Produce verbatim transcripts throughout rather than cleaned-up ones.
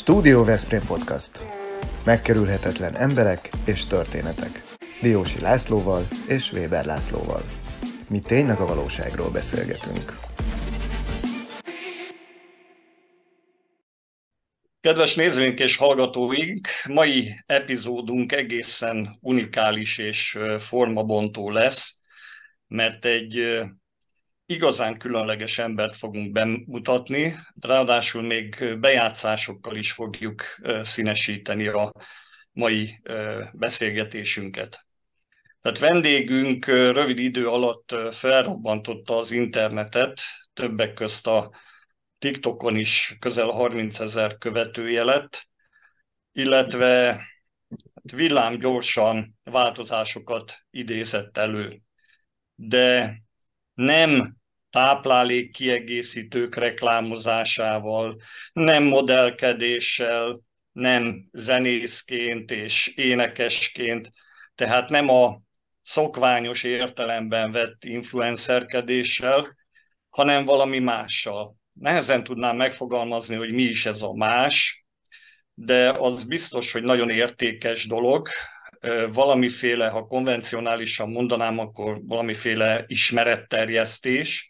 Stúdió Veszprém Podcast. Megkerülhetetlen emberek és történetek. Diósi Lászlóval és Weber Lászlóval. Mi tényleg a valóságról beszélgetünk. Kedves nézőink és hallgatóink, mai epizódunk egészen unikális és formabontó lesz, mert egy igazán különleges embert fogunk bemutatni, ráadásul még bejátszásokkal is fogjuk színesíteni a mai beszélgetésünket. Tehát vendégünk rövid idő alatt felrobbantotta az internetet, többek közt a TikTokon is közel harmincezer követője lett, illetve villámgyorsan változásokat idézett elő. De nem táplálék kiegészítők reklámozásával, nem modellkedéssel, nem zenészként és énekesként, tehát nem a szokványos értelemben vett influencerkedéssel, hanem valami mással. Nehezen tudnám megfogalmazni, hogy mi is ez a más, de az biztos, hogy nagyon értékes dolog. Valamiféle, ha konvencionálisan mondanám, akkor valamiféle ismeretterjesztés,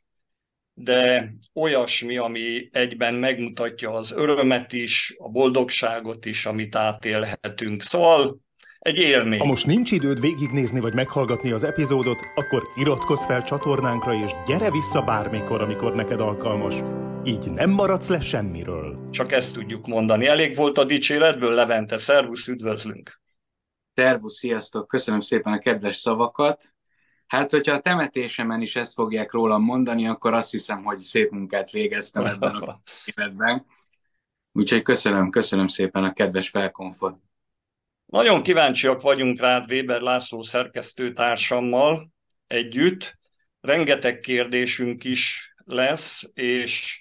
de olyasmi, ami egyben megmutatja az örömet is, a boldogságot is, amit átélhetünk. Szóval egy élmény. Ha most nincs időd végignézni vagy meghallgatni az epizódot, akkor iratkozz fel csatornánkra, és gyere vissza bármikor, amikor neked alkalmas. Így nem maradsz le semmiről. Csak ezt tudjuk mondani. Elég volt a dicséretből, Levente. Szervusz, üdvözlünk! Szervusz, sziasztok! Köszönöm szépen a kedves szavakat. Hát, hogyha a temetésemen is ezt fogják rólam mondani, akkor azt hiszem, hogy szép munkát végeztem ebben a életben. Úgyhogy köszönöm, köszönöm szépen a kedves felkonfot. Nagyon kíváncsiak vagyunk rád Weber László szerkesztőtársammal együtt. Rengeteg kérdésünk is lesz, és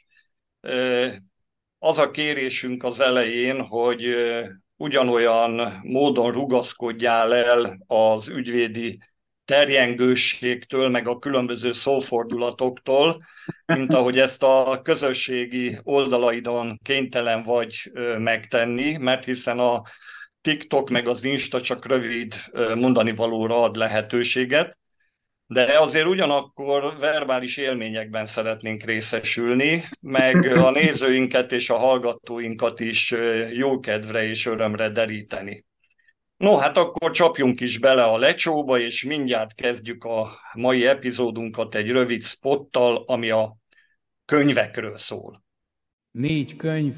az a kérésünk az elején, hogy ugyanolyan módon rugaszkodjál el az ügyvédi terjengőségtől, meg a különböző szófordulatoktól, mint ahogy ezt a közösségi oldalaidon kénytelen vagy megtenni, mert hiszen a TikTok meg az Insta csak rövid mondani valóra ad lehetőséget, de azért ugyanakkor verbális élményekben szeretnénk részesülni, meg a nézőinket és a hallgatóinkat is jókedvre és örömre deríteni. No, hát akkor csapjunk is bele a lecsóba, és mindjárt kezdjük a mai epizódunkat egy rövid spottal, ami a könyvekről szól. Négy könyv,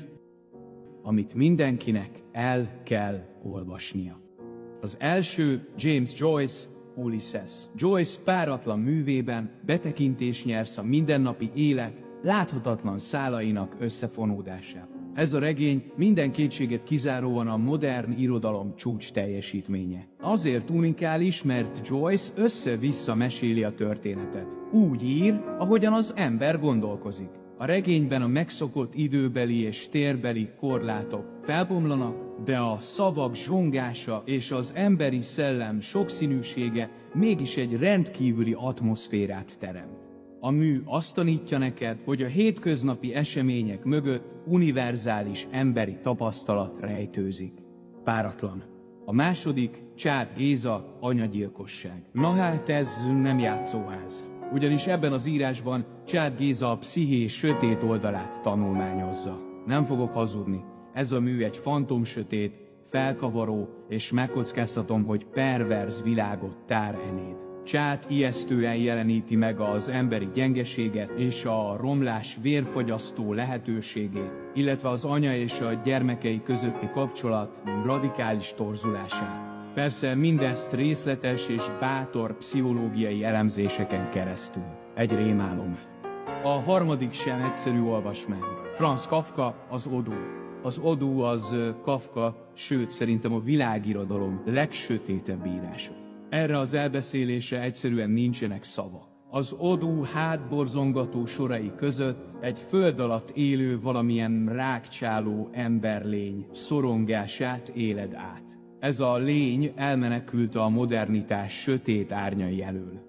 amit mindenkinek el kell olvasnia. Az első James Joyce, Ulysses. Joyce páratlan művében betekintést nyersz a mindennapi élet láthatatlan szálainak összefonódásába. Ez a regény minden kétséget kizáróan a modern irodalom csúcs teljesítménye. Azért unikális, mert Joyce össze-vissza meséli a történetet. Úgy ír, ahogyan az ember gondolkozik. A regényben a megszokott időbeli és térbeli korlátok felbomlanak, de a szavak zsongása és az emberi szellem sokszínűsége mégis egy rendkívüli atmoszférát teremt. A mű azt tanítja neked, hogy a hétköznapi események mögött univerzális emberi tapasztalat rejtőzik. Páratlan. A második, Csád Géza, Anyagyilkosság. Na hát ez nem játszóház. Ugyanis ebben az írásban Csád Géza a psziché sötét oldalát tanulmányozza. Nem fogok hazudni. Ez a mű egy fantomsötét, felkavaró, és megkockáztatom, hogy perverz világot tár eléd. Csád ijesztően jeleníti meg az emberi gyengeséget és a romlás vérfogyasztó lehetőségét, illetve az anya és a gyermekei közötti kapcsolat radikális torzulását. Persze mindezt részletes és bátor pszichológiai elemzéseken keresztül. Egy rémálom. A harmadik sem egyszerű olvasmány. Franz Kafka, az Odú. Az Odú az Kafka, sőt szerintem a világirodalom legsötétebb írása. Erre az elbeszélésre egyszerűen nincsenek szavak. Az Odú hátborzongató sorai között egy föld alatt élő valamilyen rákcsáló emberlény szorongását éled át. Ez a lény elmenekült a modernitás sötét árnyai elől.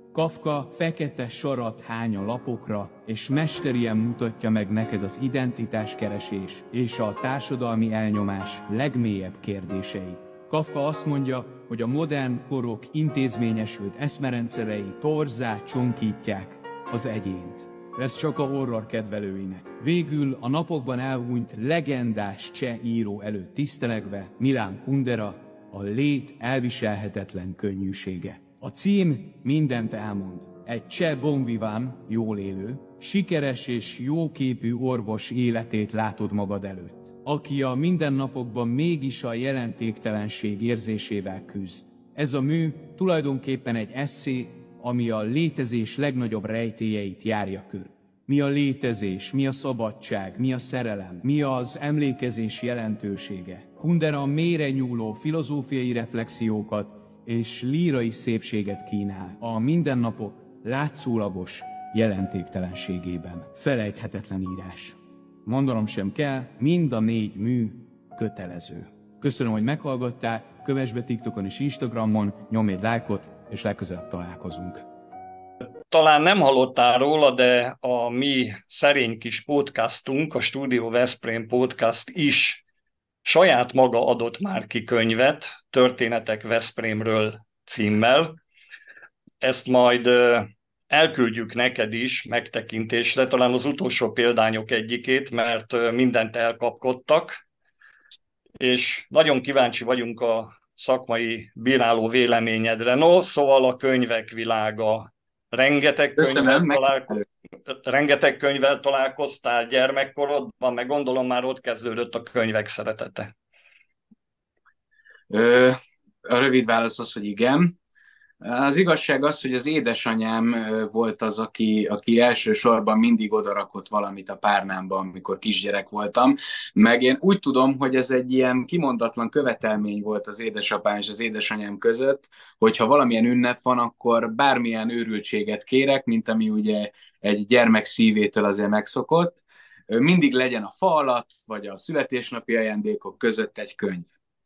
Kafka fekete sarat hány a lapokra, és mesterien mutatja meg neked az identitáskeresés és a társadalmi elnyomás legmélyebb kérdéseit. Kafka azt mondja, hogy a modern korok intézményesült eszmerendszerei torzá csonkítják az egyént. Ez csak a horror kedvelőinek. Végül a napokban elhunyt legendás cseh író előtt tisztelekbe Milan Kundera, a lét elviselhetetlen könnyűsége. A cím mindent elmond. Egy cseh bon vivant, jól élő, sikeres és jóképű orvos életét látod magad előtt, aki a mindennapokban mégis a jelentéktelenség érzésével küzd. Ez a mű tulajdonképpen egy esszé, ami a létezés legnagyobb rejtélyeit járja körül. Mi a létezés, mi a szabadság, mi a szerelem, mi az emlékezés jelentősége. Kundera mélyre nyúló filozófiai reflexiókat és lírai szépséget kínál a mindennapok látszólagos jelentéktelenségében. Felejthetetlen írás. Mondanom sem kell, mind a négy mű kötelező. Köszönöm, hogy meghallgattál, kövess be TikTokon és Instagramon, nyomj egy lájkot, és legközelebb találkozunk. Talán nem hallottál róla, de a mi szerény kis podcastunk, a Studio Veszprém Podcast is saját maga adott már ki könyvet, Történetek Veszprémről címmel. Ezt majd elküldjük neked is megtekintésre, talán az utolsó példányok egyikét, mert mindent elkapkodtak, és nagyon kíváncsi vagyunk a szakmai bíráló véleményedre. No, szóval a könyvek világa. Rengeteg könyvvel, találko- rengeteg könyvvel találkoztál gyermekkorodban, meg gondolom már ott kezdődött a könyvek szeretete. Ö, a rövid válasz az, hogy igen. Az igazság az, hogy az édesanyám volt az, aki, aki elsősorban mindig odarakott valamit a párnámba, amikor kisgyerek voltam, meg én úgy tudom, hogy ez egy ilyen kimondatlan követelmény volt az édesapám és az édesanyám között, hogyha valamilyen ünnep van, akkor bármilyen őrültséget kérek, mint ami ugye egy gyermek szívétől azért megszokott, mindig legyen a fa alatt, vagy a születésnapi ajándékok között egy könyv.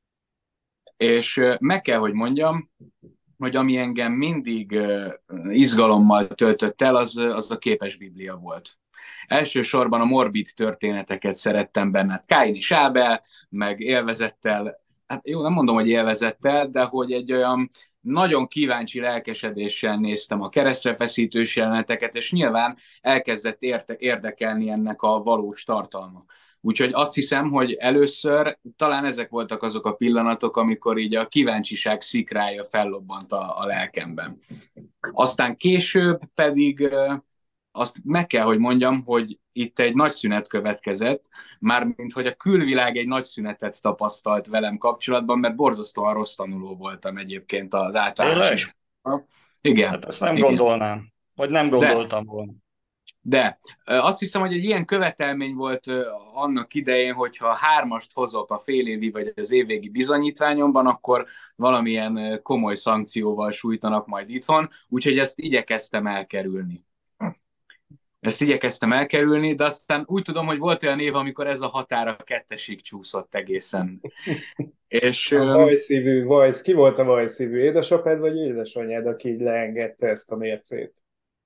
És meg kell, hogy mondjam, hogy ami engem mindig uh, izgalommal töltött el, az, az a képes biblia volt. Elsősorban a morbid történeteket szerettem benne. Káin és Ábel, meg élvezettel, hát jó, nem mondom, hogy élvezettel, de hogy egy olyan nagyon kíváncsi lelkesedéssel néztem a keresztre feszítős jeleneteket, és nyilván elkezdett érte, érdekelni ennek a valós tartalma. Úgyhogy azt hiszem, hogy először talán ezek voltak azok a pillanatok, amikor így a kíváncsiság szikrája fellobbant a, a lelkemben. Aztán később pedig azt meg kell, hogy mondjam, hogy itt egy nagy szünet következett, mármint hogy a külvilág egy nagy szünetet tapasztalt velem kapcsolatban, mert borzasztóan rossz tanuló voltam egyébként az általános iskolában. Igen. Hát ezt nem igen. gondolnám, vagy nem gondoltam volna. De azt hiszem, hogy egy ilyen követelmény volt annak idején, hogyha hármast hozok a félévi vagy az évvégi bizonyítványomban, akkor valamilyen komoly szankcióval sújtanak majd itthon, úgyhogy ezt igyekeztem elkerülni. Ezt igyekeztem elkerülni, de aztán úgy tudom, hogy volt olyan év, amikor ez a határa kettesig csúszott egészen. És, a vajszívű, vajsz, ki volt a vajszívű? Édesapád vagy édesanyád, aki így leengedte ezt a mércét?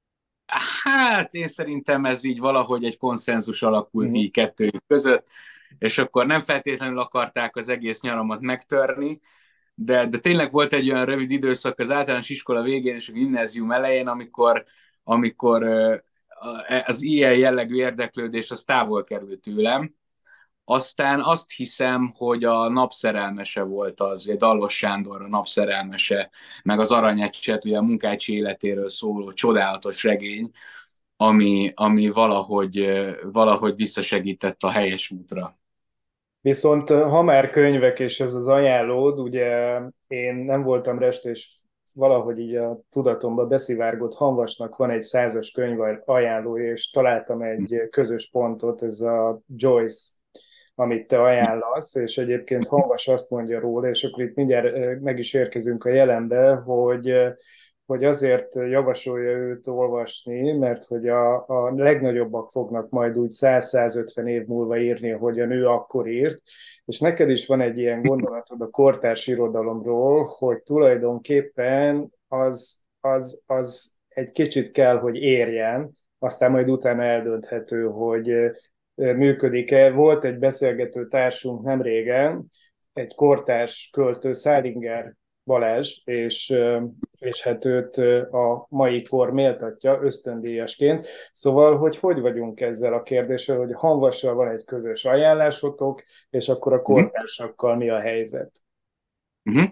Hát én szerintem ez így valahogy egy konszenzus alakult uh-huh. így kettőjük között, és akkor nem feltétlenül akarták az egész nyaramat megtörni, de, de tényleg volt egy olyan rövid időszak az általános iskola végén és a gimnázium elején, amikor, amikor az ilyen jellegű érdeklődés az távol került tőlem. Aztán azt hiszem, hogy a Napszerelmese volt az, Dallos Sándor a Napszerelmese, meg az Aranyecset, ugye a munkácsi életéről szóló csodálatos regény, ami, ami valahogy, valahogy visszasegített a helyes útra. Viszont ha már könyvek, és ez az ajánlód, ugye én nem voltam rest, és valahogy így a tudatomba beszivárgott, Hamvasnak van egy százas könyv ajánlója, és találtam egy közös pontot, ez a Joyce, amit te ajánlasz, és egyébként Hamvas azt mondja róla, és akkor itt mindjárt meg is érkezünk a jelenbe, hogy, hogy azért javasolja őt olvasni, mert hogy a, a legnagyobbak fognak majd úgy száz-százötven év múlva írni, hogy a nő akkor írt, és neked is van egy ilyen gondolatod a kortárs irodalomról, hogy tulajdonképpen az, az, az egy kicsit kell, hogy érjen, aztán majd utána eldönthető, hogy működik-e. Volt egy beszélgető társunk nem régen, egy kortárs költő, Szálinger Balázs, és, és hát őt a mai kor méltatja ösztöndíjasként. Szóval, hogy hogy vagyunk ezzel a kérdéssel, hogy Hanvassal van egy közös ajánlásotok, és akkor a kortársakkal mi a helyzet? Uh-huh.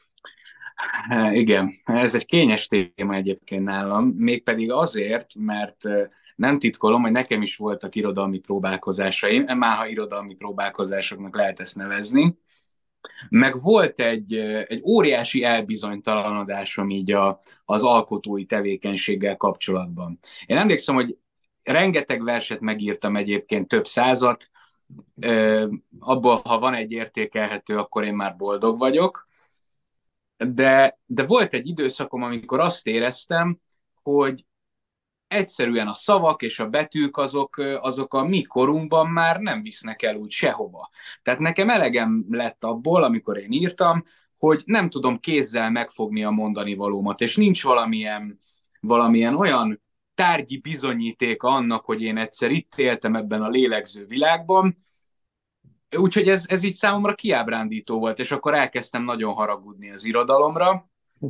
Igen, ez egy kényes téma egyébként nálam, mégpedig azért, mert nem titkolom, hogy nekem is voltak irodalmi próbálkozásaim, már ha irodalmi próbálkozásoknak lehet ezt nevezni, meg volt egy, egy óriási elbizonytalanodásom így a, az alkotói tevékenységgel kapcsolatban. Én emlékszem, hogy rengeteg verset megírtam egyébként, több százat, abból, ha van egy értékelhető, akkor én már boldog vagyok, de, de volt egy időszakom, amikor azt éreztem, hogy egyszerűen a szavak és a betűk azok, azok a mi korunkban már nem visznek el úgy sehova. Tehát nekem elegem lett abból, amikor én írtam, hogy nem tudom kézzel megfogni a mondani valómat, és nincs valamilyen, valamilyen olyan tárgyi bizonyítéka annak, hogy én egyszer itt éltem ebben a lélegző világban. Úgyhogy ez, ez így számomra kiábrándító volt, és akkor elkezdtem nagyon haragudni az irodalomra,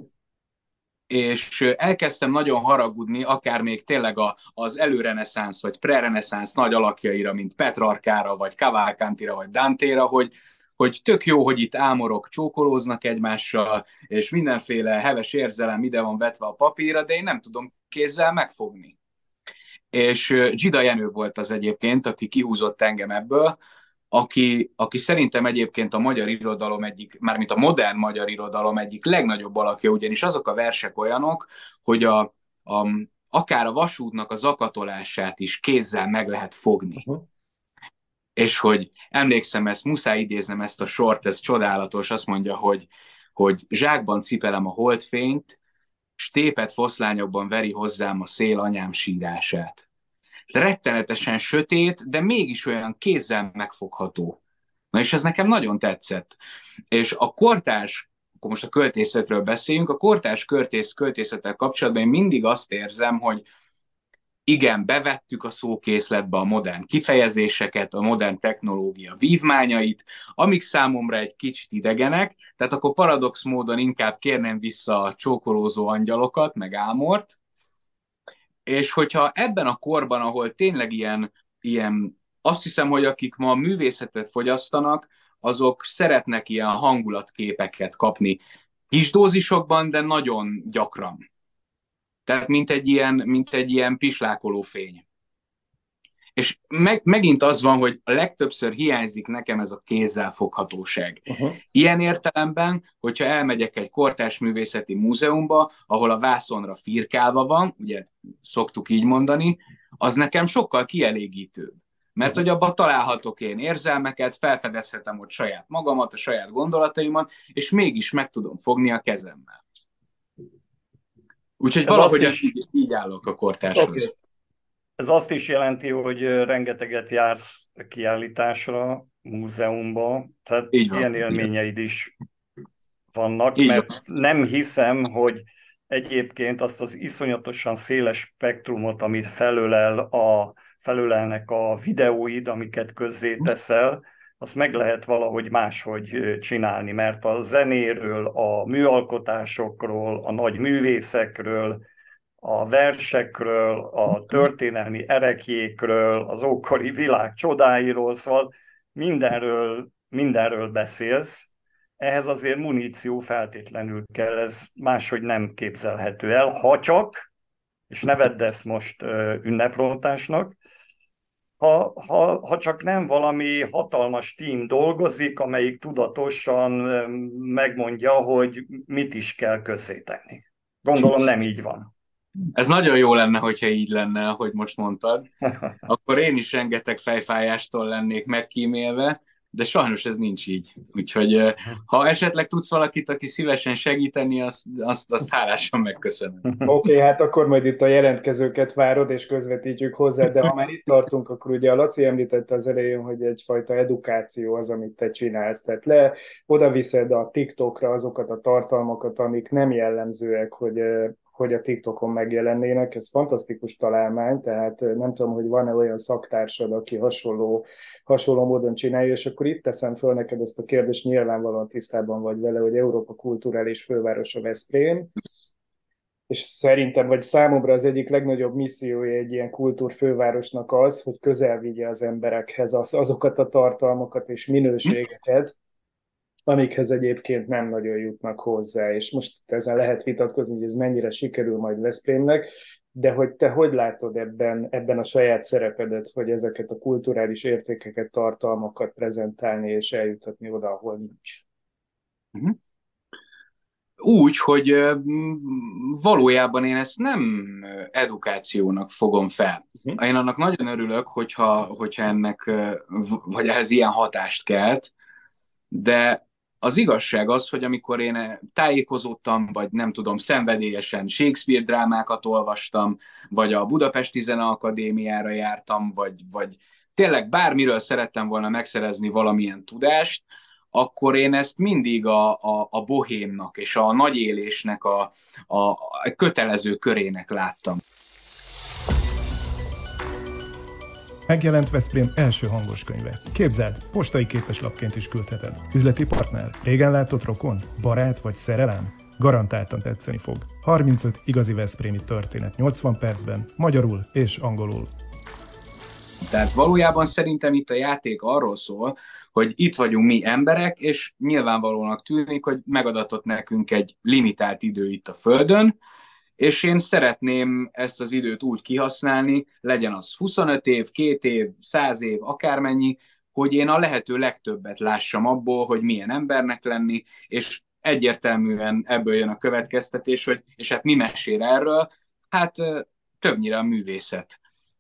és elkezdtem nagyon haragudni, akár még tényleg a, az előreneszánsz vagy prereneszánsz nagy alakjaira, mint Petrarkára, vagy Cavalcantira, vagy Dantéra, hogy, hogy tök jó, hogy itt ámorok csókolóznak egymással, és mindenféle heves érzelem ide van vetve a papírra, de én nem tudom kézzel megfogni. És Zsida Jenő volt az egyébként, aki kihúzott engem ebből, Aki, aki szerintem egyébként a magyar irodalom egyik, mármint a modern magyar irodalom egyik legnagyobb alakja, ugyanis azok a versek olyanok, hogy a, a, akár a vasútnak a zakatolását is kézzel meg lehet fogni. Uh-huh. És hogy emlékszem, ezt muszáj idéznem ezt a sort, ez csodálatos, azt mondja, hogy, hogy zsákban cipelem a holdfényt, s tépet foszlányokban veri hozzám a szél anyám sírását. Rettenetesen sötét, de mégis olyan kézzel megfogható. Na és ez nekem nagyon tetszett. És a kortárs, akkor most a költészetről beszéljünk, a kortárs költész, költészettel kapcsolatban én mindig azt érzem, hogy igen, bevettük a szókészletbe a modern kifejezéseket, a modern technológia vívmányait, amik számomra egy kicsit idegenek, tehát akkor paradox módon inkább kérném vissza a csókolózó angyalokat, meg Ámort, és hogyha ebben a korban, ahol tényleg ilyen, ilyen, azt hiszem, hogy akik ma művészetet fogyasztanak, azok szeretnek ilyen hangulatképeket kapni kis dózisokban, de nagyon gyakran. Tehát mint egy ilyen, mint egy ilyen pislákoló fény. És meg, megint az van, hogy a legtöbbször hiányzik nekem ez a kézzelfoghatóság. Uh-huh. Ilyen értelemben, hogyha elmegyek egy kortárs művészeti múzeumba, ahol a vászonra firkálva van, ugye szoktuk így mondani, az nekem sokkal kielégítőbb. Mert uh-huh. hogy abban találhatok én érzelmeket, felfedezhetem ott saját magamat, a saját gondolataimat, és mégis meg tudom fogni a kezemmel. Úgyhogy ez valahogy is... így, így állok a kortárshoz. Okay. Ez azt is jelenti, hogy rengeteget jársz kiállításra, múzeumba, tehát ilyen élményeid is vannak, így mert van. Nem hiszem, hogy egyébként azt az iszonyatosan széles spektrumot, amit felölel a, felölelnek a videóid, amiket közzéteszel, azt meg lehet valahogy máshogy csinálni, mert a zenéről, a műalkotásokról, a nagy művészekről, a versekről, a történelmi ereklyékről, az ókori világ csodáiról, szóval mindenről, mindenről beszélsz. Ehhez azért muníció feltétlenül kell, ez máshogy nem képzelhető el, ha csak, és ne vedd ezt most ünneprontásnak, ha, ha, ha csak nem valami hatalmas tím dolgozik, amelyik tudatosan megmondja, hogy mit is kell közzétenni. Gondolom nem így van. Ez nagyon jó lenne, hogyha így lenne, ahogy most mondtad. Akkor én is rengeteg fejfájástól lennék megkímélve, de sajnos ez nincs így. Úgyhogy ha esetleg tudsz valakit, aki szívesen segíteni, azt, azt, azt hálásan megköszönöm. Oké, okay, hát akkor majd itt a jelentkezőket várod, és közvetítjük hozzá, de ha már itt tartunk, akkor ugye a Laci említette az elején, hogy egyfajta edukáció az, amit te csinálsz. Tehát le, oda viszed a TikTokra azokat a tartalmakat, amik nem jellemzőek, hogy hogy a TikTokon megjelennének. Ez fantasztikus találmány, tehát nem tudom, hogy van-e olyan szaktársad, aki hasonló, hasonló módon csinálja, és akkor itt teszem föl neked ezt a kérdést, nyilvánvalóan tisztában vagy vele, hogy Európa kulturális fővárosa Veszprém, és szerintem, vagy számomra az egyik legnagyobb missziója egy ilyen kultúrfővárosnak az, hogy közel vigye az emberekhez az, azokat a tartalmakat és minőségeket, amikhez egyébként nem nagyon jutnak hozzá. És most ezen lehet vitatkozni, hogy ez mennyire sikerül majd Veszprémnek, de hogy te hogy látod ebben, ebben a saját szerepedet, hogy ezeket a kulturális értékeket, tartalmakat prezentálni és eljutatni oda, ahol nincs? Uh-huh. Úgy, hogy valójában én ezt nem edukációnak fogom fel. Én annak nagyon örülök, hogyha, hogyha ennek, vagy ehhez ilyen hatást kelt, de az igazság az, hogy amikor én tájékozódtam, vagy nem tudom, szenvedélyesen Shakespeare drámákat olvastam, vagy a Budapesti Zeneakadémiára jártam, vagy, vagy tényleg bármiről szerettem volna megszerezni valamilyen tudást, akkor én ezt mindig a, a, a bohémnak és a nagyélésnek a, a, a kötelező körének láttam. Megjelent Veszprém első hangos könyve. Képzeld, postai képeslapként is küldheted. Üzleti partner? Régen látott rokon? Barát vagy szerelem? Garantáltan tetszeni fog. harmincöt igazi veszprémi történet nyolcvan percben, magyarul és angolul. Tehát valójában szerintem itt a játék arról szól, hogy itt vagyunk mi emberek, és nyilvánvalónak tűnik, hogy megadatott nekünk egy limitált idő itt a Földön, és én szeretném ezt az időt úgy kihasználni, legyen az huszonöt év, két év, száz év, akármennyi, hogy én a lehető legtöbbet lássam abból, hogy milyen embernek lenni, és egyértelműen ebből jön a következtetés, hogy, és hát mi mesél erről? Hát többnyire a művészet.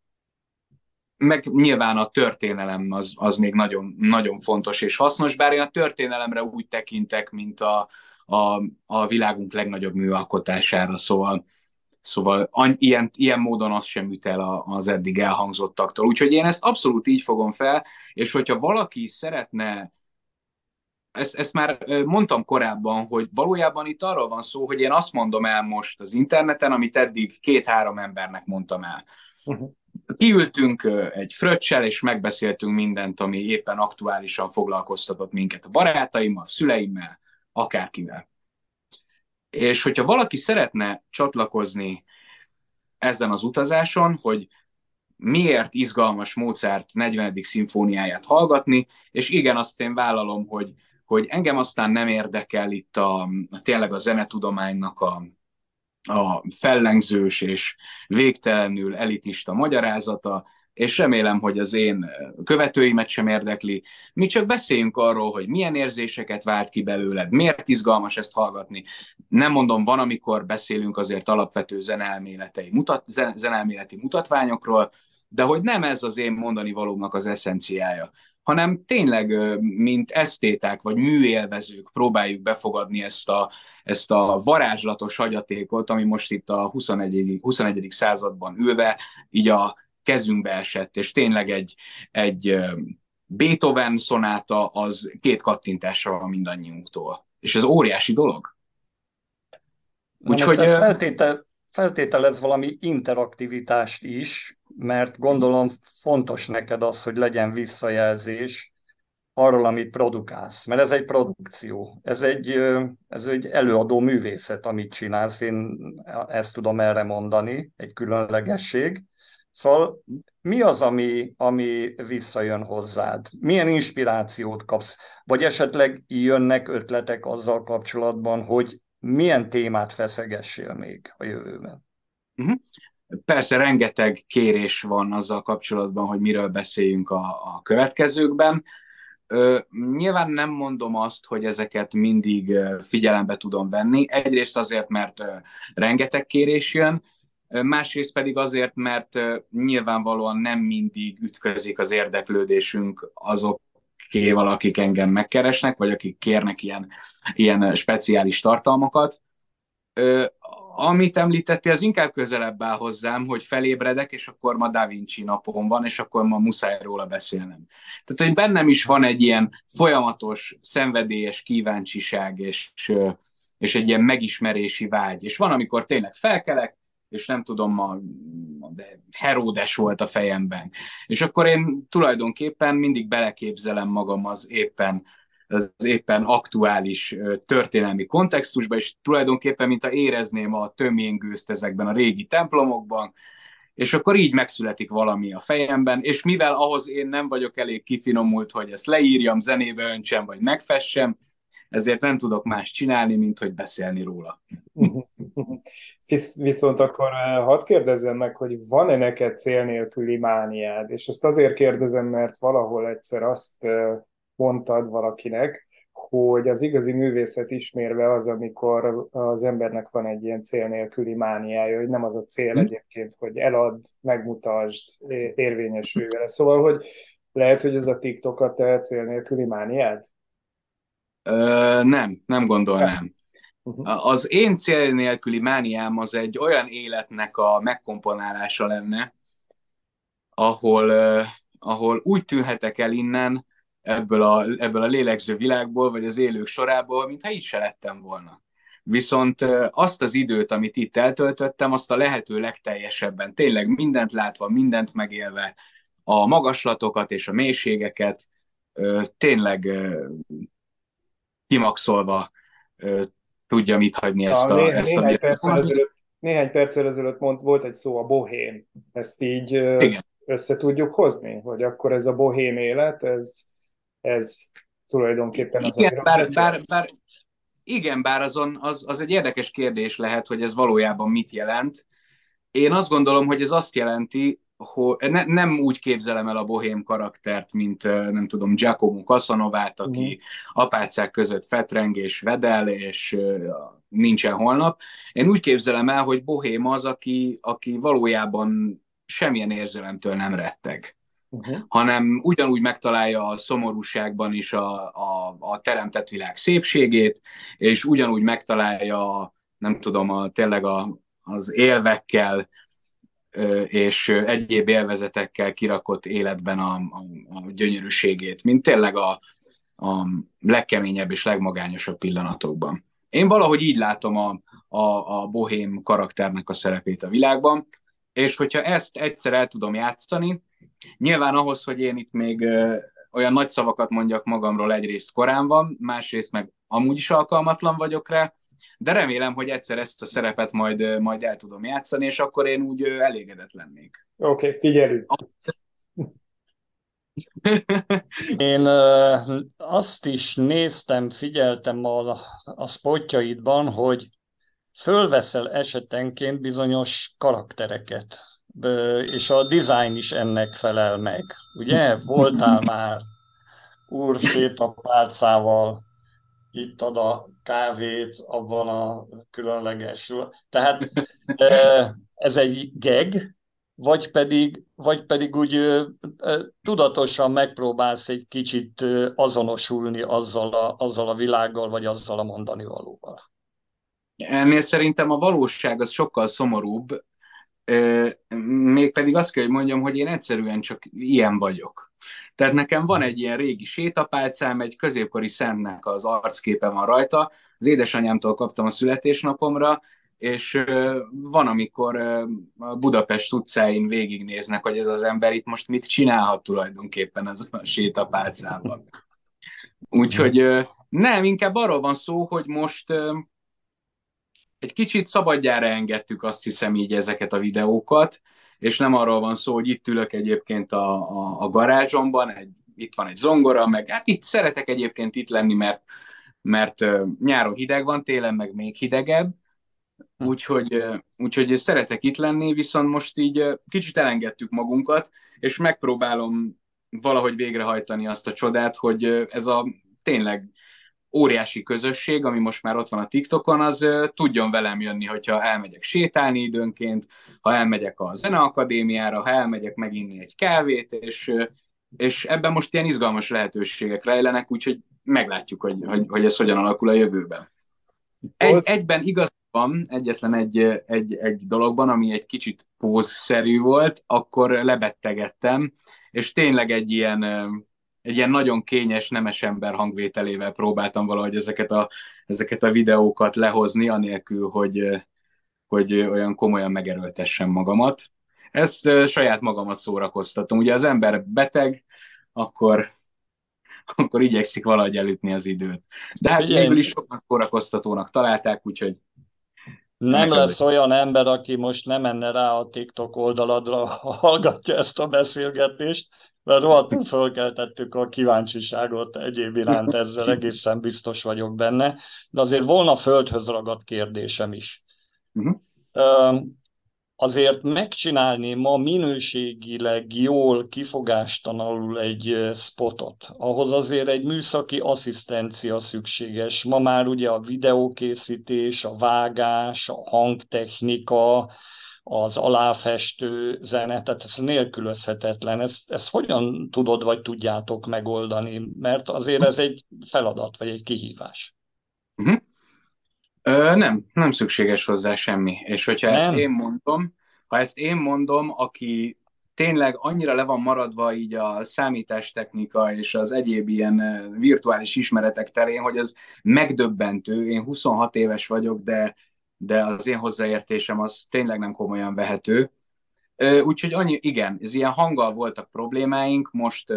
Meg nyilván a történelem az, az még nagyon, nagyon fontos és hasznos, bár én a történelemre úgy tekintek, mint a, a, a világunk legnagyobb műalkotására, szóval, szóval ilyen, ilyen módon az sem üt el az eddig elhangzottaktól. Úgyhogy én ezt abszolút így fogom fel, és hogyha valaki szeretne, ezt, ezt már mondtam korábban, hogy valójában itt arról van szó, hogy én azt mondom el most az interneten, amit eddig két-három embernek mondtam el. Uh-huh. Kiültünk egy fröccsel, és megbeszéltünk mindent, ami éppen aktuálisan foglalkoztatott minket a barátaimmal, a szüleimmel, akárkivel. És hogyha valaki szeretne csatlakozni ezen az utazáson, hogy miért izgalmas Mozart negyvenedik szimfóniáját hallgatni, és igen, azt én vállalom, hogy, hogy engem aztán nem érdekel itt a, a tényleg a zenetudománynak a a fellengzős és végtelenül elitista magyarázata, és remélem, hogy az én követőimet sem érdekli. Mi csak beszéljünk arról, hogy milyen érzéseket vált ki belőled, miért izgalmas ezt hallgatni. Nem mondom, van, amikor beszélünk azért alapvető zeneelméleti, mutat, zeneelméleti mutatványokról, de hogy nem ez az én mondani valómnak az eszenciája, hanem tényleg, mint esztéták vagy műélvezők próbáljuk befogadni ezt a, ezt a varázslatos hagyatékot, ami most itt a huszonegyedik huszonegyedik században ülve így a kezünkbe esett, és tényleg egy, egy Beethoven szonáta az két kattintásra van mindannyiunktól. És ez óriási dolog. Úgyhogy ez feltétel, feltételez valami interaktivitást is, mert gondolom fontos neked az, hogy legyen visszajelzés arról, amit produkálsz. Mert ez egy produkció, ez egy, ez egy előadó művészet, amit csinálsz, én ezt tudom erre mondani, egy különlegesség. Szóval mi az, ami, ami visszajön hozzád? Milyen inspirációt kapsz? Vagy esetleg jönnek ötletek azzal kapcsolatban, hogy milyen témát feszegessél még a jövőben? Uh-huh. Persze rengeteg kérés van azzal kapcsolatban, hogy miről beszéljünk a, a következőkben. Ö, nyilván nem mondom azt, hogy ezeket mindig figyelembe tudom venni. Egyrészt azért, mert ö, rengeteg kérés jön, ö, másrészt pedig azért, mert ö, nyilvánvalóan nem mindig ütközik az érdeklődésünk azokéval, akik engem megkeresnek, vagy akik kérnek ilyen, ilyen speciális tartalmakat. Ö, Amit említettél, az inkább közelebb áll hozzám, hogy felébredek, és akkor ma Da Vinci napom van, és akkor ma muszáj róla beszélnem. Tehát, hogy bennem is van egy ilyen folyamatos, szenvedélyes kíváncsiság, és, és egy ilyen megismerési vágy. És van, amikor tényleg felkelek, és nem tudom, a, de Heródes volt a fejemben. És akkor én tulajdonképpen mindig beleképzelem magam az éppen, az éppen aktuális történelmi kontextusba, és tulajdonképpen, mint ha érezném a tömjéngőzt ezekben a régi templomokban, és akkor így megszületik valami a fejemben, és mivel ahhoz én nem vagyok elég kifinomult, hogy ezt leírjam, zenébe öntsem, vagy megfessem, ezért nem tudok más csinálni, mint hogy beszélni róla. Visz, viszont akkor hadd kérdezzem meg, hogy van-e neked cél nélküli mániád? És ezt azért kérdezem, mert valahol egyszer azt mondtad valakinek, hogy az igazi művészet ismérve az, amikor az embernek van egy ilyen cél nélküli mániája, hogy nem az a cél egyébként, hogy eladd, megmutasd, érvényesülj vele. Szóval, hogy lehet, hogy ez a TikTok a te cél nélküli mániád? Ö, nem, nem gondolnám. Uh-huh. Az én cél nélküli mániám az egy olyan életnek a megkomponálása lenne, ahol, uh, ahol úgy tűnhetek el innen, ebből a, ebből a lélegző világból, vagy az élők sorából, mintha itt se lettem volna. Viszont uh, azt az időt, amit itt eltöltöttem, azt a lehető legteljesebben, tényleg mindent látva, mindent megélve, a magaslatokat és a mélységeket, uh, tényleg uh, kimaxolva uh, tudja mit hagyni ezt a... Né- ezt néhány, a perccel ezelőtt, néhány perccel ezelőtt mond, volt egy szó, a bohém. Ezt így ö, Igen. össze tudjuk hozni, hogy akkor ez a bohém élet, ez, ez tulajdonképpen az, Igen, amiről bár, bár, beszélsz. bár, igen, bár azon, az, az egy érdekes kérdés lehet, hogy ez valójában mit jelent. Én azt gondolom, hogy ez azt jelenti, hogy ne, nem úgy képzelem el a bohém karaktert, mint nem tudom, Giacomo Casanovát, aki Mhm. apácák között fetreng és vedel, és uh, nincsen holnap. Én úgy képzelem el, hogy bohém az, aki, aki valójában semmilyen érzelemtől nem retteg, Uh-huh. hanem ugyanúgy megtalálja a szomorúságban is a, a, a teremtett világ szépségét, és ugyanúgy megtalálja, nem tudom, a, tényleg a, az élvekkel ö, és egyéb élvezetekkel kirakott életben a, a, a gyönyörűségét, mint tényleg a, a legkeményebb és legmagányosabb pillanatokban. Én valahogy így látom a, a, a bohém karakternek a szerepét a világban, és hogyha ezt egyszer el tudom játszani, nyilván ahhoz, hogy én itt még ö, olyan nagy szavakat mondjak magamról, egyrészt korán van, másrészt meg amúgy is alkalmatlan vagyok rá, de remélem, hogy egyszer ezt a szerepet majd, ö, majd el tudom játszani, és akkor én úgy ö, elégedett lennék. Oké, okay, figyelünk. Én ö, azt is néztem, figyeltem a, a spotjaidban, hogy fölveszel esetenként bizonyos karaktereket, Ö, és a design is ennek felel meg. Ugye? Voltál már úr sétapálcával, ittad a kávét abban a különleges... Tehát ö, ez egy geg, vagy pedig, vagy pedig úgy ö, ö, tudatosan megpróbálsz egy kicsit ö, azonosulni azzal a, azzal a világgal, vagy azzal a mondani valóval. Ennél szerintem a valóság az sokkal szomorúbb, mégpedig azt kell, hogy mondjam, hogy én egyszerűen csak ilyen vagyok. Tehát nekem van egy ilyen régi sétapálcám, egy középkori szentnek az arcképe van rajta, az édesanyámtól kaptam a születésnapomra, és van, amikor a Budapest utcáin végignéznek, hogy ez az ember itt most mit csinálhat tulajdonképpen ez a sétapálcával. Úgyhogy nem, inkább arról van szó, hogy most egy kicsit szabadjára engedtük, azt hiszem, így ezeket a videókat, és nem arról van szó, hogy itt ülök egyébként a, a, a garázsomban, egy, itt van egy zongora, meg hát itt szeretek egyébként itt lenni, mert, mert nyáron hideg van, télen meg még hidegebb, úgyhogy, úgyhogy szeretek itt lenni, viszont most így kicsit elengedtük magunkat, és megpróbálom valahogy végrehajtani azt a csodát, hogy ez a tényleg óriási közösség, ami most már ott van a TikTokon, az uh, tudjon velem jönni, hogyha elmegyek sétálni időnként, ha elmegyek a zeneakadémiára, ha elmegyek meginni egy kávét, és, uh, és ebben most ilyen izgalmas lehetőségek rejlenek, úgyhogy meglátjuk, hogy, hogy, hogy ez hogyan alakul a jövőben. Egy, egyben igaz van, egyetlen egy, egy, egy dologban, ami egy kicsit pózszerű volt, akkor lebettegettem, és tényleg egy ilyen, egy ilyen nagyon kényes, nemes ember hangvételével próbáltam valahogy ezeket a, ezeket a videókat lehozni, anélkül, hogy, hogy olyan komolyan megerőltessem magamat. Ezt saját magamat szórakoztatom. Ugye az ember beteg, akkor, akkor igyekszik valahogy elütni az időt. De hát Figyelj, végül is sokan szórakoztatónak találták, úgyhogy nem ennek az lesz olyan ember, aki most nem menne rá a TikTok oldaladra, hallgatja ezt a beszélgetést, mert rohadtul fölkeltettük a kíváncsiságot egyéb iránt, ezzel egészen biztos vagyok benne, de azért volna földhöz ragadt kérdésem is. Uh-huh. Azért megcsinálni ma minőségileg jól, kifogástalanul egy spotot, ahhoz azért egy műszaki asszisztencia szükséges. Ma már ugye a videókészítés, a vágás, a hangtechnika, az aláfestő zene, tehát ez nélkülözhetetlen. Ezt, ezt hogyan tudod, vagy tudjátok megoldani? Mert azért ez egy feladat, vagy egy kihívás. Uh-huh. Ö, nem, nem szükséges hozzá semmi. És hogyha nem. ezt én mondom, ha ezt én mondom, aki tényleg annyira le van maradva így a számítástechnika és az egyéb ilyen virtuális ismeretek terén, hogy az megdöbbentő. Én huszonhat éves vagyok, de, de az én hozzáértésem az tényleg nem komolyan vehető. Úgyhogy annyi, igen, ez ilyen hanggal voltak problémáink, most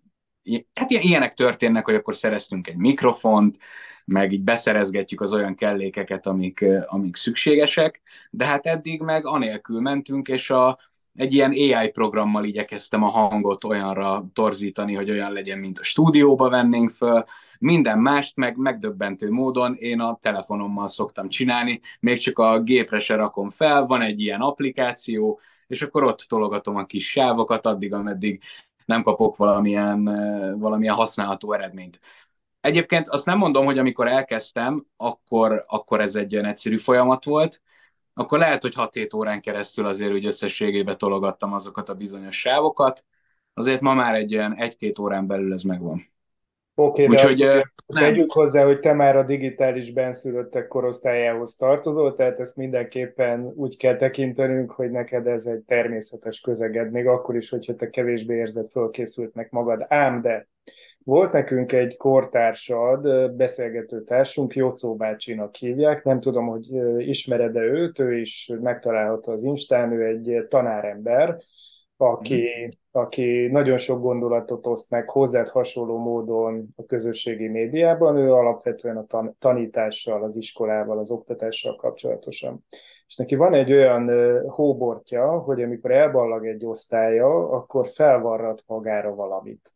hát ilyenek történnek, hogy akkor szereztünk egy mikrofont, meg így beszerezgetjük az olyan kellékeket, amik, amik szükségesek, de hát eddig meg anélkül mentünk, és a, egy ilyen á i programmal igyekeztem a hangot olyanra torzítani, hogy olyan legyen, mint a stúdióba vennénk föl, minden mást meg megdöbbentő módon én a telefonommal szoktam csinálni, még csak a gépre se rakom fel, van egy ilyen applikáció, és akkor ott tologatom a kis sávokat addig, ameddig nem kapok valamilyen, valamilyen használható eredményt. Egyébként azt nem mondom, hogy amikor elkezdtem, akkor, akkor ez egy olyan egyszerű folyamat volt, akkor lehet, hogy hat-hét órán keresztül azért úgy összességében tologattam azokat a bizonyos sávokat, azért ma már egy olyan egy-két órán belül ez megvan. Oké, okay, de Úgyhogy, azt azért tegyük hozzá, hogy te már a digitális benszülöttek korosztályához tartozol, tehát ezt mindenképpen úgy kell tekintenünk, hogy neked ez egy természetes közeged, még akkor is, hogyha te kevésbé érzed fölkészültnek magad. Ám de volt nekünk egy kortársad, beszélgető társunk, Jocó bácsinak hívják, nem tudom, hogy ismered-e őt, ő is megtalálható az Instán, ő egy tanárember, aki, aki nagyon sok gondolatot oszt meg hozzád hasonló módon a közösségi médiában, ő alapvetően a tan- tanítással, az iskolával, az oktatással kapcsolatosan. És neki van egy olyan hóbortja, hogy amikor elballag egy osztálya, akkor felvarrat magára valamit.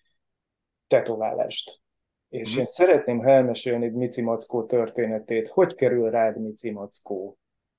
Tetoválást. És mm. én szeretném, ha elmesélni Mici Mackó történetét. Hogy kerül rád Mici Mackó?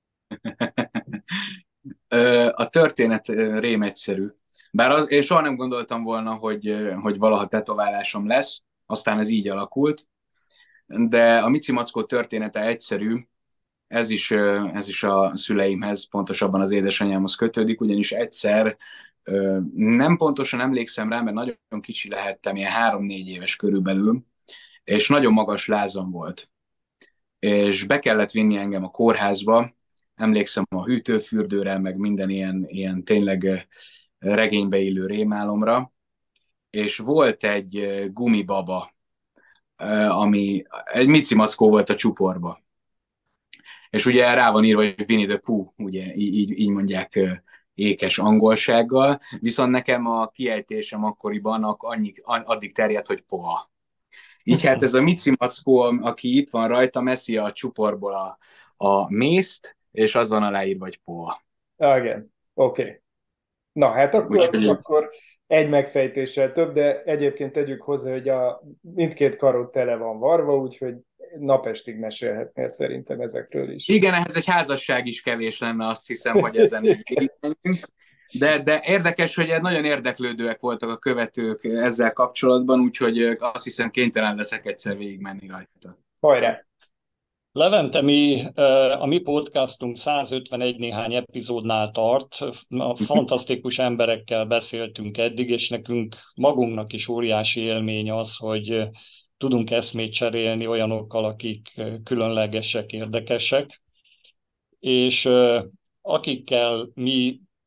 A történet rém egyszerű. Bár az, én soha nem gondoltam volna, hogy, hogy valaha tetoválásom lesz, aztán ez így alakult, de a Mici Mackó története egyszerű, ez is, ez is a szüleimhez, pontosabban az édesanyámhoz kötődik, ugyanis egyszer, nem pontosan emlékszem rá, mert nagyon kicsi lehettem, ilyen három-négy éves körülbelül, és nagyon magas lázam volt. És be kellett vinni engem a kórházba, emlékszem a hűtőfürdőre, meg minden ilyen, ilyen tényleg regénybe illő rémálomra, és volt egy gumibaba, ami egy Mici Mackó volt a csuporba. És ugye rá van írva, hogy Winnie the Pooh, ugye így, így mondják ékes angolsággal, viszont nekem a kiejtésem akkoriban annyi, addig terjedt, hogy poha. Így hát ez a Mici Mackó, aki itt van rajta, messzi a csuporból a, a mészt, és az van aláírva, hogy poha. Igen, oké. Okay. Na hát akkor, Úgy, akkor egy megfejtéssel több, de egyébként tegyük hozzá, hogy a mindkét karod tele van varva, úgyhogy napestig mesélhetnél szerintem ezekről is. Igen, ehhez egy házasság is kevés lenne, azt hiszem, hogy ezen végigmenjünk. De, de érdekes, hogy nagyon érdeklődőek voltak a követők ezzel kapcsolatban, úgyhogy azt hiszem kénytelen leszek egyszer végigmenni rajta. Hajrá! Levente, mi, a mi podcastunk százötvenegy néhány epizódnál tart, fantasztikus emberekkel beszéltünk eddig, és nekünk magunknak is óriási élmény az, hogy tudunk eszmét cserélni olyanokkal, akik különlegesek, érdekesek, és akikkel mi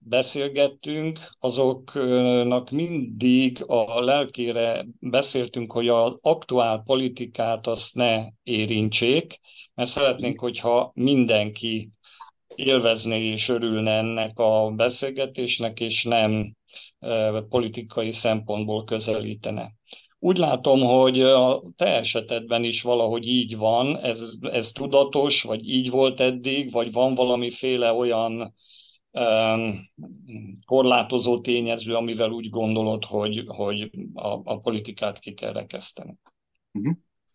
beszélgettünk, azoknak mindig a lelkére beszéltünk, hogy az aktuál politikát azt ne érintsék, mert szeretnénk, hogyha mindenki élvezné és örülne ennek a beszélgetésnek, és nem politikai szempontból közelítene. Úgy látom, hogy a te esetedben is valahogy így van, ez, ez tudatos, vagy így volt eddig, vagy van valamiféle olyan um, korlátozó tényező, amivel úgy gondolod, hogy, hogy a, a politikát ki kell rekeszteni. Uh-huh.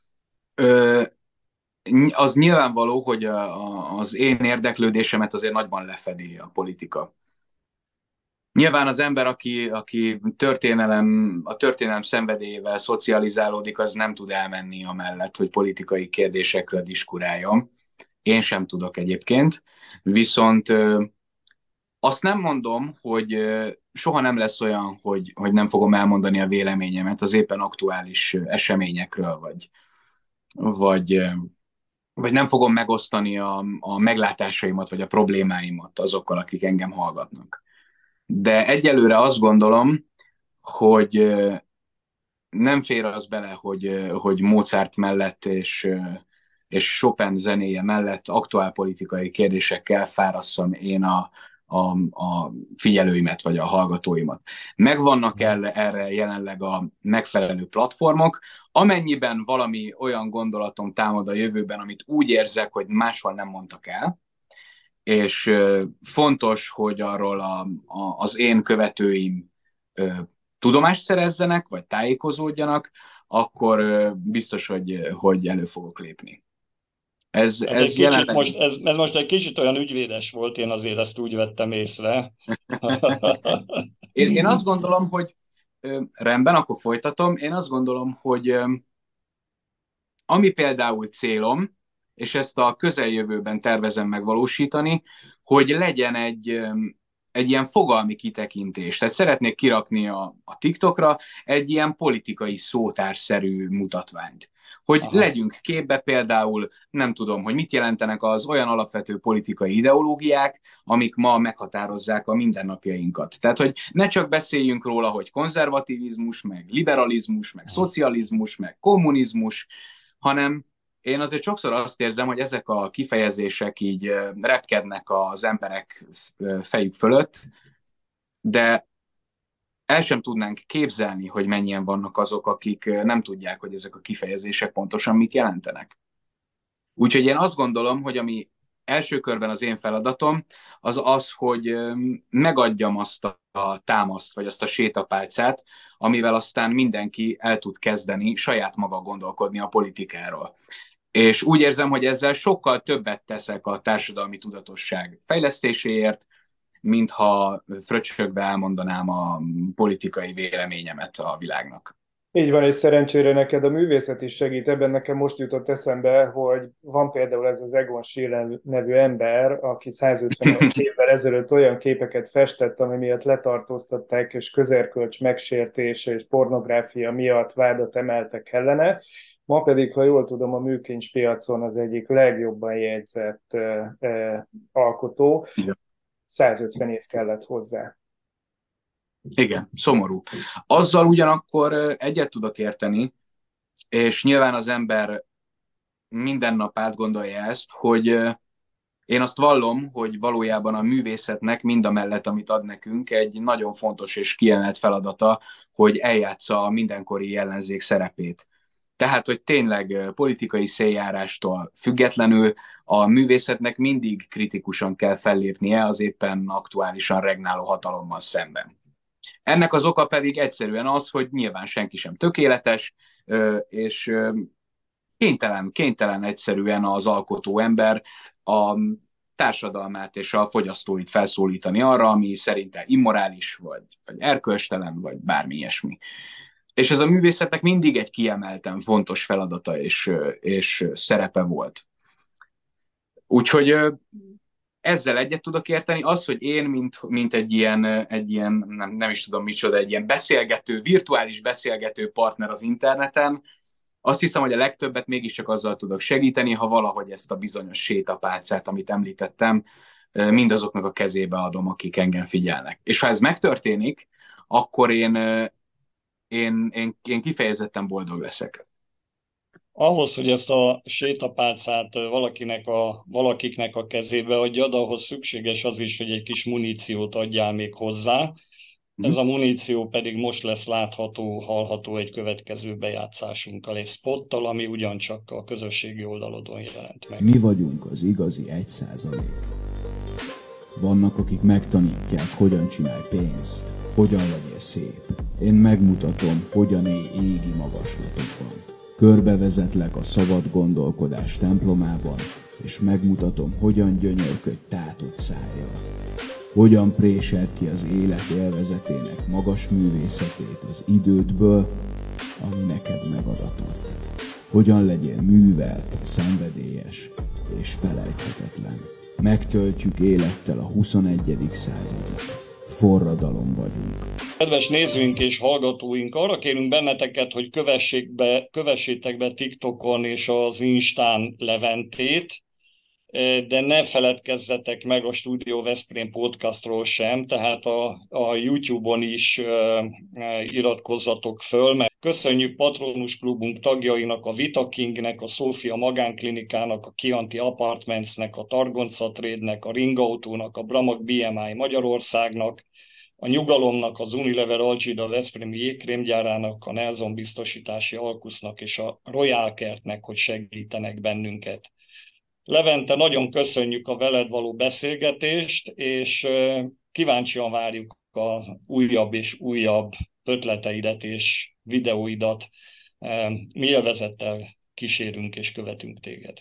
Ö, az nyilvánvaló, hogy a, a, az én érdeklődésemet azért nagyban lefedi a politika. Nyilván az ember, aki, aki történelem, a történelem szenvedélyével szocializálódik, az nem tud elmenni amellett, hogy politikai kérdésekről diskuráljon. Én sem tudok egyébként. Viszont ö, azt nem mondom, hogy ö, soha nem lesz olyan, hogy, hogy nem fogom elmondani a véleményemet az éppen aktuális eseményekről, vagy, vagy, ö, vagy nem fogom megosztani a, a meglátásaimat, vagy a problémáimat azokkal, akik engem hallgatnak. De egyelőre azt gondolom, hogy nem fér az bele, hogy, hogy Mozart mellett és, és Chopin zenéje mellett aktuál politikai kérdésekkel fárasszam én a, a, a figyelőimet, vagy a hallgatóimat. Megvannak el, erre jelenleg a megfelelő platformok, amennyiben valami olyan gondolatom támad a jövőben, amit úgy érzek, hogy máshol nem mondtak el, és fontos, hogy arról a, a, az én követőim ö, tudomást szerezzenek, vagy tájékozódjanak, akkor ö, biztos, hogy, hogy elő fogok lépni. Ez, ez, ez, egy jelenleg... most, ez, ez most egy kicsit olyan ügyvédes volt, én azért ezt úgy vettem észre. én, én azt gondolom, hogy ö, rendben, akkor folytatom, én azt gondolom, hogy ö, ami például célom, és ezt a közeljövőben tervezem megvalósítani, hogy legyen egy, egy ilyen fogalmi kitekintés. Tehát szeretnék kirakni a, a TikTokra egy ilyen politikai szótárszerű mutatványt. Hogy Aha. legyünk képbe például, nem tudom, hogy mit jelentenek az olyan alapvető politikai ideológiák, amik ma meghatározzák a mindennapjainkat. Tehát, hogy ne csak beszéljünk róla, hogy konzervativizmus, meg liberalizmus, meg szocializmus, meg kommunizmus, hanem én azért sokszor azt érzem, hogy ezek a kifejezések így repkednek az emberek fejük fölött, de el sem tudnánk képzelni, hogy mennyien vannak azok, akik nem tudják, hogy ezek a kifejezések pontosan mit jelentenek. Úgyhogy én azt gondolom, hogy ami első körben az én feladatom, az az, hogy megadjam azt a támaszt, vagy azt a sétapálcát, amivel aztán mindenki el tud kezdeni saját maga gondolkodni a politikáról. És úgy érzem, hogy ezzel sokkal többet teszek a társadalmi tudatosság fejlesztéséért, mintha fröccsökbe elmondanám a politikai véleményemet a világnak. Így van, és szerencsére neked a művészet is segít ebben. Nekem most jutott eszembe, hogy van például ez az Egon Schiele nevű ember, aki százötven évvel ezelőtt olyan képeket festett, ami miatt letartóztatták, és közerkölcs megsértése és pornográfia miatt vádat emeltek ellene. Ma pedig, ha jól tudom, a műkincspiacon az egyik legjobban jegyzett uh, uh, alkotó. százötven év kellett hozzá. Igen, szomorú. Azzal ugyanakkor egyet tudok érteni, és nyilván az ember minden nap átgondolja ezt, hogy én azt vallom, hogy valójában a művészetnek mindamellett, amit ad nekünk, egy nagyon fontos és kiemelt feladata, hogy eljátsza a mindenkori ellenzék szerepét. Tehát, hogy tényleg politikai széljárástól függetlenül a művészetnek mindig kritikusan kell fellépnie az éppen aktuálisan regnáló hatalommal szemben. Ennek az oka pedig egyszerűen az, hogy nyilván senki sem tökéletes, és kénytelen, kénytelen egyszerűen az alkotó ember a társadalmát és a fogyasztóit felszólítani arra, ami szerinte immorális, vagy, vagy erkölcstelen, vagy bármi ilyesmi. És ez a művészetnek mindig egy kiemelten fontos feladata és, és szerepe volt. Úgyhogy ezzel egyet tudok érteni. Az, hogy én, mint, mint egy ilyen, egy ilyen nem, nem is tudom micsoda, egy ilyen beszélgető, virtuális beszélgető partner az interneten, azt hiszem, hogy a legtöbbet mégiscsak azzal tudok segíteni, ha valahogy ezt a bizonyos sétapálcát, amit említettem, mindazoknak a kezébe adom, akik engem figyelnek. És ha ez megtörténik, akkor én, én, én, én kifejezetten boldog leszek. Ahhoz, hogy ezt a sétapálcát valakinek a, valakiknek a kezébe adjad, ahhoz szükséges az is, hogy egy kis muníciót adjál még hozzá. Ez a muníció pedig most lesz látható, hallható egy következő bejátszásunkkal, egy spottal, ami ugyancsak a közösségi oldalodon jelent meg. Mi vagyunk az igazi egy százalék. Vannak, akik megtanítják, hogyan csinálj pénzt, hogyan legyél szép. Én megmutatom, hogyan élj égi magaslatokban. Körbevezetlek a szabad gondolkodás templomában, és megmutatom, hogyan gyönyörködj tátott szájjal. Hogyan préselt ki az élet élvezetének magas művészetét az idődből, ami neked megadatott. Hogyan legyél művelt, szenvedélyes és felejthetetlen. Megtöltjük élettel a huszonegyedik századot. Forradalom vagyunk. Kedves nézőink és hallgatóink, arra kérünk benneteket, hogy kövessék be, kövessétek be TikTokon és az Instán Leventét, de ne feledkezzetek meg a Studio Veszprém podcastról sem, tehát a, a YouTube-on is uh, iratkozzatok föl, mert köszönjük Patronus Klubunk tagjainak, a Vita Kingnek, a Szófia Magánklinikának, a Chianti Apartmentsnek, a Targonca Trade-nek, a Ringautónak, a Bramag bé em i Magyarországnak, a Nyugalomnak, az Unilever Algida Veszprémi jégkrémgyárának, a Nelson Biztosítási Alkusznak és a Royal Kertnek, hogy segítenek bennünket. Levente, nagyon köszönjük a veled való beszélgetést, és kíváncsian várjuk az újabb és újabb ötleteidet és videóidat. Mi élvezettel kísérünk és követünk téged.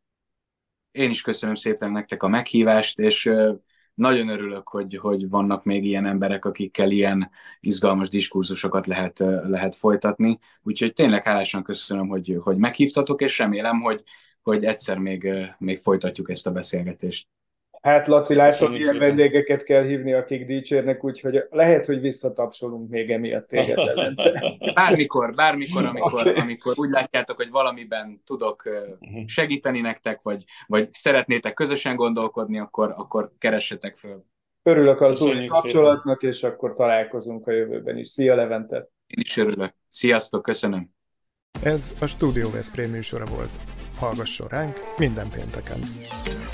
Én is köszönöm szépen nektek a meghívást, és nagyon örülök, hogy, hogy vannak még ilyen emberek, akikkel ilyen izgalmas diskurzusokat lehet, lehet folytatni. Úgyhogy tényleg hálásan köszönöm, hogy, hogy meghívtatok, és remélem, hogy hogy egyszer még, még folytatjuk ezt a beszélgetést. Hát Laci, látom, ilyen vendégeket kell hívni, akik dicsérnek, úgyhogy lehet, hogy visszatapsolunk még emiatt téged, Levente. Bármikor, bármikor, amikor, okay. amikor úgy látjátok, hogy valamiben tudok segíteni nektek, vagy, vagy szeretnétek közösen gondolkodni, akkor, akkor keressetek föl. Örülök az új kapcsolatnak, és akkor találkozunk a jövőben is. Szia, Levente! Én is örülök. Sziasztok, köszönöm! Ez a Studio Veszprém műsora volt. Hallgasson ránk minden pénteken!